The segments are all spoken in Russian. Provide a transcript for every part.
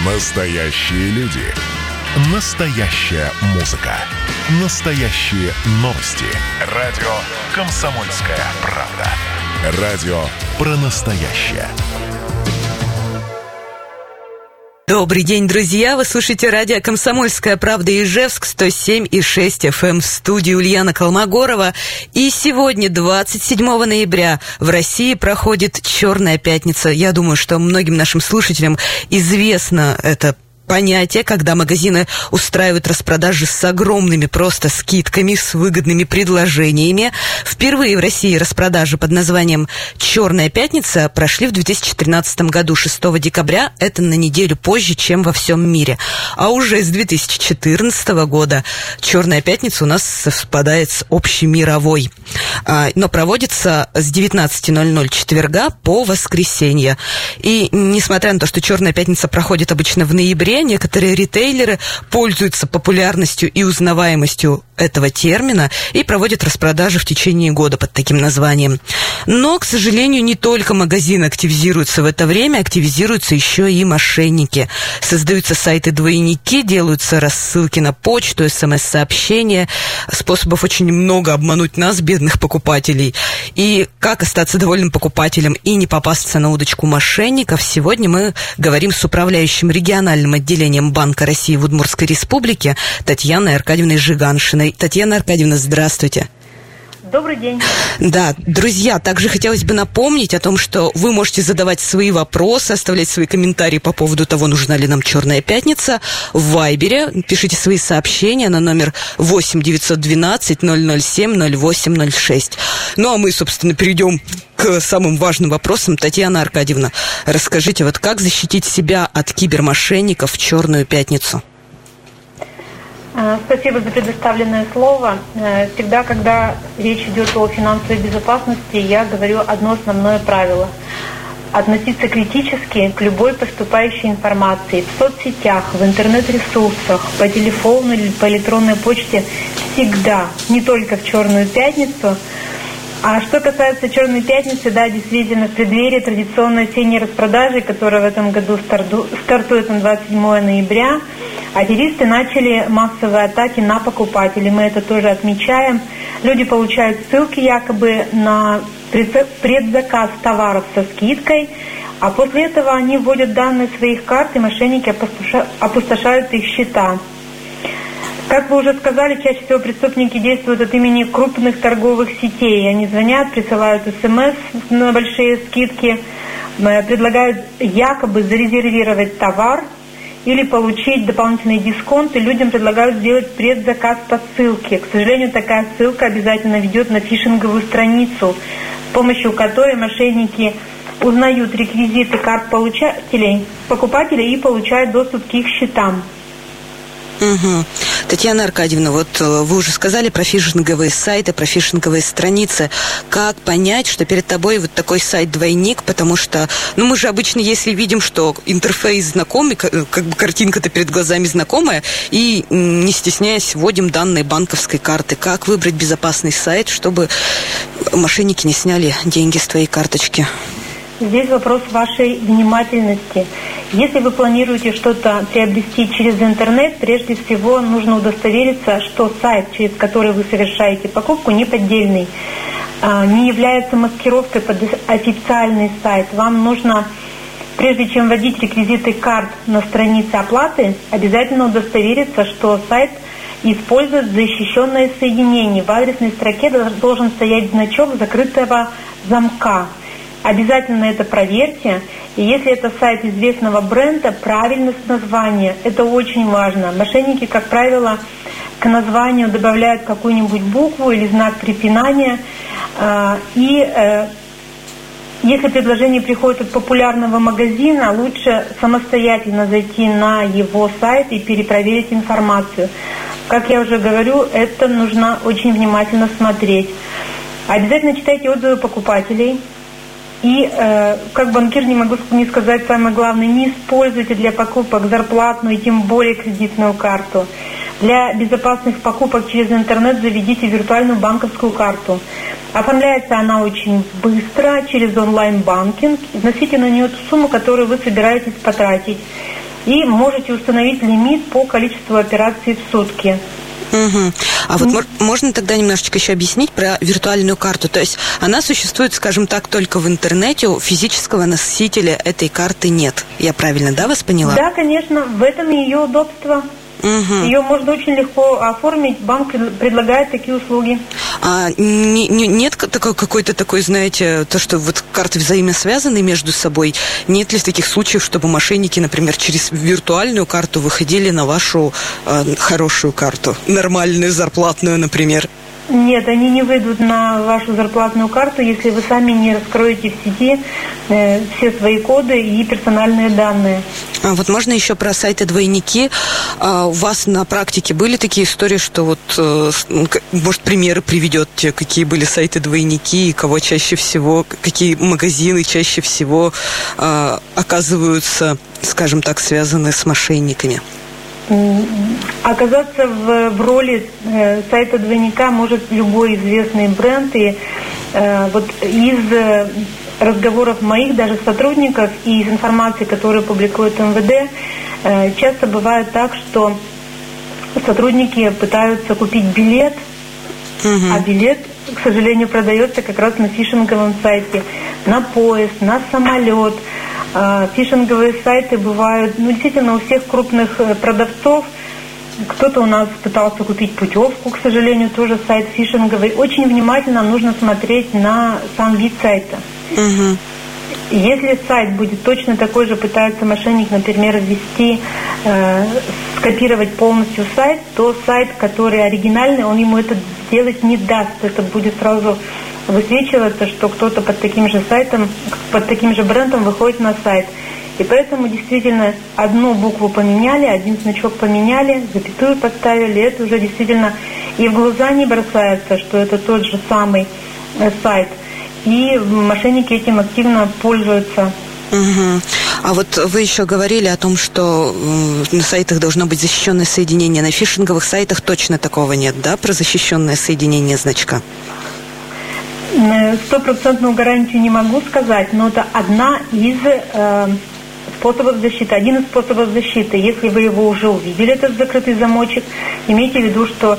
Настоящие люди. Настоящая музыка. Настоящие новости. Радио «Комсомольская правда». Радио про настоящее. Добрый день, друзья! Вы слушаете радио «Комсомольская правда» Ижевск, 107,6 FM, в студии Ульяна Колмогорова. И сегодня, 27 ноября, в России проходит Черная пятница. Я думаю, что многим нашим слушателям известно это понятие, когда магазины устраивают распродажи с огромными просто скидками, с выгодными предложениями. Впервые в России распродажи под названием «Черная пятница» прошли в 2013 году, 6 декабря. Это на неделю позже, чем во всем мире. А уже с 2014 года «Черная пятница» у нас совпадает с общемировой. Но проводится с 19:00 четверга по воскресенье. И несмотря на то, что «Черная пятница» проходит обычно в ноябре, некоторые ритейлеры пользуются популярностью и узнаваемостью этого термина и проводят распродажи в течение года под таким названием. Но, к сожалению, не только магазины активизируются в это время, активизируются еще и мошенники. Создаются сайты-двойники, делаются рассылки на почту, СМС-сообщения. Способов очень много обмануть нас, бедных покупателей. И как остаться довольным покупателем и не попасться на удочку мошенников, сегодня мы говорим с управляющим региональным отделением Банка России в Удмуртской Республике Татьяной Аркадьевной Жиганшиной. Татьяна Аркадьевна, здравствуйте. Добрый день. Да, друзья, также хотелось бы напомнить о том, что вы можете задавать свои вопросы, оставлять свои комментарии по поводу того, нужна ли нам «Черная пятница» в Вайбере. Пишите свои сообщения на номер 8 912 007 0806. Ну, а мы, собственно, перейдем к самым важным вопросам. Татьяна Аркадьевна, расскажите, вот как защитить себя от кибермошенников в «Черную пятницу»? Спасибо за предоставленное слово. Всегда, когда речь идет о финансовой безопасности, я говорю одно основное правило. Относиться критически к любой поступающей информации в соцсетях, в интернет-ресурсах, по телефону или по электронной почте всегда, не только в «Черную пятницу». А что касается «Черной пятницы», да, действительно, в преддверии традиционной осенней распродажи, которая в этом году стартует на 27 ноября, аферисты начали массовые атаки на покупателей. Мы это тоже отмечаем. Люди получают ссылки якобы на предзаказ товаров со скидкой, а после этого они вводят данные своих карт, и мошенники опустошают их счета. Как вы уже сказали, чаще всего преступники действуют от имени крупных торговых сетей. Они звонят, присылают СМС на большие скидки, предлагают якобы зарезервировать товар или получить дополнительный дисконт, и людям предлагают сделать предзаказ по ссылке. К сожалению, такая ссылка обязательно ведет на фишинговую страницу, с помощью которой мошенники узнают реквизиты карт покупателей и получают доступ к их счетам. Угу. Татьяна Аркадьевна, вот вы уже сказали про фишинговые сайты, про фишинговые страницы. Как понять, что перед тобой вот такой сайт-двойник? Потому что, мы же обычно, если видим, что интерфейс знакомый, как бы картинка-то перед глазами знакомая, и, не стесняясь, вводим данные банковской карты. Как выбрать безопасный сайт, чтобы мошенники не сняли деньги с твоей карточки? Здесь вопрос вашей внимательности. Если вы планируете что-то приобрести через интернет, прежде всего нужно удостовериться, что сайт, через который вы совершаете покупку, не поддельный, не является маскировкой под официальный сайт. Вам нужно, прежде чем вводить реквизиты карт на странице оплаты, обязательно удостовериться, что сайт использует защищенное соединение. В адресной строке должен стоять значок закрытого замка. Обязательно это проверьте. И если это сайт известного бренда, правильность названия. Это очень важно. Мошенники, как правило, к названию добавляют какую-нибудь букву или знак препинания. Если предложение приходит от популярного магазина, лучше самостоятельно зайти на его сайт и перепроверить информацию. Как я уже говорю, это нужно очень внимательно смотреть. Обязательно читайте отзывы покупателей. И как банкир не могу не сказать самое главное, не используйте для покупок зарплатную и тем более кредитную карту. Для безопасных покупок через интернет заведите виртуальную банковскую карту. Оформляется она очень быстро через онлайн-банкинг. Вносите на нее ту сумму, которую вы собираетесь потратить. и можете установить лимит по количеству операций в сутки. Угу. А вот можно тогда немножечко еще объяснить про виртуальную карту? То есть она существует, скажем так, только в интернете, у физического носителя этой карты нет. Я правильно, да, вас поняла? Да, конечно, в этом и ее удобство. Угу. Ее можно очень легко оформить, банк предлагает такие услуги. А нет какой-то такой, знаете, то, что вот карты взаимосвязаны между собой, нет ли таких случаев, чтобы мошенники, например, через виртуальную карту выходили на вашу хорошую карту, нормальную, зарплатную, например? Нет, они не выйдут на вашу зарплатную карту, если вы сами не раскроете в сети все свои коды и персональные данные. А вот можно еще про сайты-двойники. У вас на практике были такие истории, что вот, может, примеры приведете, какие были сайты-двойники, и кого чаще всего, какие магазины чаще всего оказываются, скажем так, связаны с мошенниками? Оказаться в роли сайта двойника может любой известный бренд. И вот из разговоров моих даже сотрудников и из информации, которую публикует МВД, часто бывает так, что сотрудники пытаются купить билет, а билет, к сожалению, продается как раз на фишинговом сайте, на поезд, на самолет. Фишинговые сайты бывают, действительно, у всех крупных продавцов. Кто-то у нас пытался купить путевку, к сожалению, тоже сайт фишинговый. Очень внимательно нужно смотреть на сам вид сайта. Угу. Если сайт будет точно такой же, пытается мошенник, например, ввести, скопировать полностью сайт, то сайт, который оригинальный, он ему это сделать не даст. Это будет сразу высвечиваться, что кто-то под таким же сайтом, под таким же брендом выходит на сайт. И поэтому действительно одну букву поменяли, один значок поменяли, запятую поставили, это уже действительно и в глаза не бросается, что это тот же самый сайт. И мошенники этим активно пользуются. Угу. А вот вы еще говорили о том, что на сайтах должно быть защищенное соединение. На фишинговых сайтах точно такого нет, да, про защищенное соединение значка? 100% гарантию не могу сказать, но это одна из способов защиты, один из способов защиты. Если вы его уже увидели, этот закрытый замочек, имейте в виду, что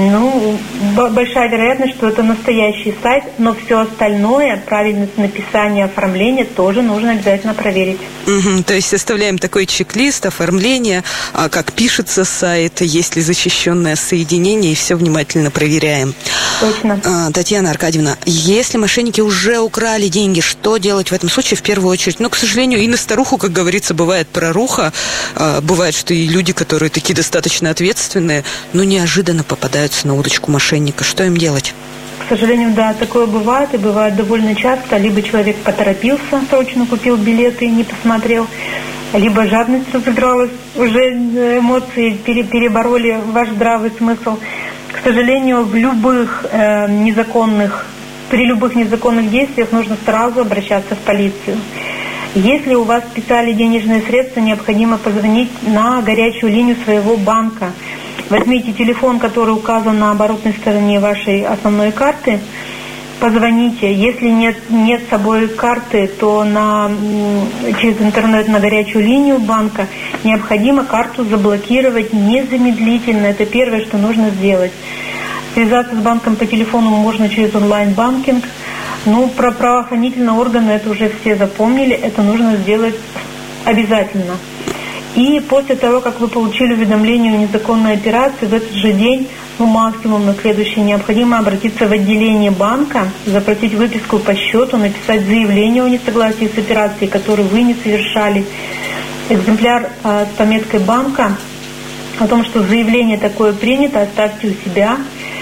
большая вероятность, что это настоящий сайт, но все остальное, правильность написания, оформления тоже нужно обязательно проверить. Угу, то есть составляем такой чек-лист оформления, как пишется сайт, есть ли защищенное соединение, и все внимательно проверяем. Точно. Татьяна Аркадьевна, если мошенники уже украли деньги, что делать в этом случае в первую очередь? К сожалению, и на старуху, как говорится, бывает проруха, бывает, что и люди, которые такие достаточно ответственные, но неожиданно попадаются на удочку мошенника. Что им делать? К сожалению, да, такое бывает, и бывает довольно часто. Либо человек поторопился, срочно купил билеты и не посмотрел, либо жадность разыгралась, уже эмоции перебороли ваш здравый смысл. К сожалению, при любых незаконных действиях нужно сразу обращаться в полицию. Если у вас списали денежные средства, необходимо позвонить на горячую линию своего банка. Возьмите телефон, который указан на оборотной стороне вашей основной карты, позвоните. Если нет с собой карты, то через интернет на горячую линию банка необходимо карту заблокировать незамедлительно. Это первое, что нужно сделать. Связаться с банком по телефону можно через онлайн-банкинг. Про правоохранительные органы это уже все запомнили, это нужно сделать обязательно. И после того, как вы получили уведомление о незаконной операции, в этот же день, максимум на следующий, необходимо обратиться в отделение банка, запросить выписку по счету, написать заявление о несогласии с операцией, которую вы не совершали, экземпляр с пометкой банка о том, что заявление такое принято, оставьте у себя.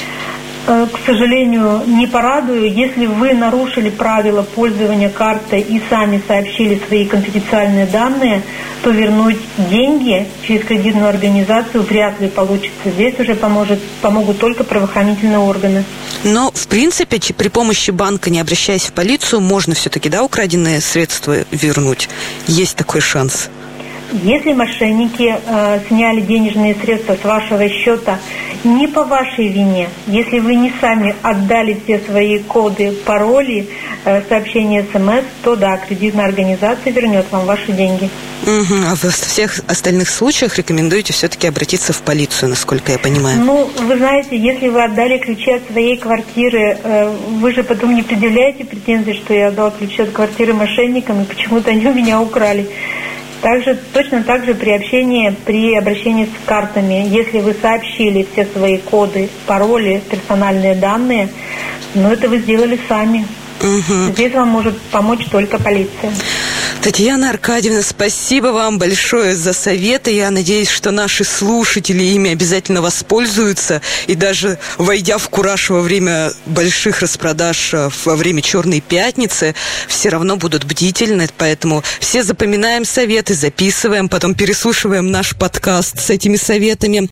К сожалению, не порадую, если вы нарушили правила пользования картой и сами сообщили свои конфиденциальные данные, то вернуть деньги через кредитную организацию вряд ли получится. Здесь уже помогут только правоохранительные органы. Но, в принципе, при помощи банка, не обращаясь в полицию, можно все-таки, украденные средства вернуть. Есть такой шанс. Если мошенники сняли денежные средства с вашего счета не по вашей вине, если вы не сами отдали все свои коды, пароли, сообщение СМС, то да, кредитная организация вернет вам ваши деньги. А во всех остальных случаях рекомендуете все-таки обратиться в полицию, насколько я понимаю? Ну, вы знаете, если вы отдали ключи от своей квартиры, вы же потом не предъявляете претензий, что я отдал ключи от квартиры мошенникам, и почему-то они у меня украли. Точно так же при обращении с картами, если вы сообщили все свои коды, пароли, персональные данные, это вы сделали сами. Здесь вам может помочь только полиция. Татьяна Аркадьевна, спасибо вам большое за советы. Я надеюсь, что наши слушатели ими обязательно воспользуются. И даже войдя в кураж во время больших распродаж, во время Черной пятницы, все равно будут бдительны. Поэтому все запоминаем советы, записываем, потом переслушиваем наш подкаст с этими советами.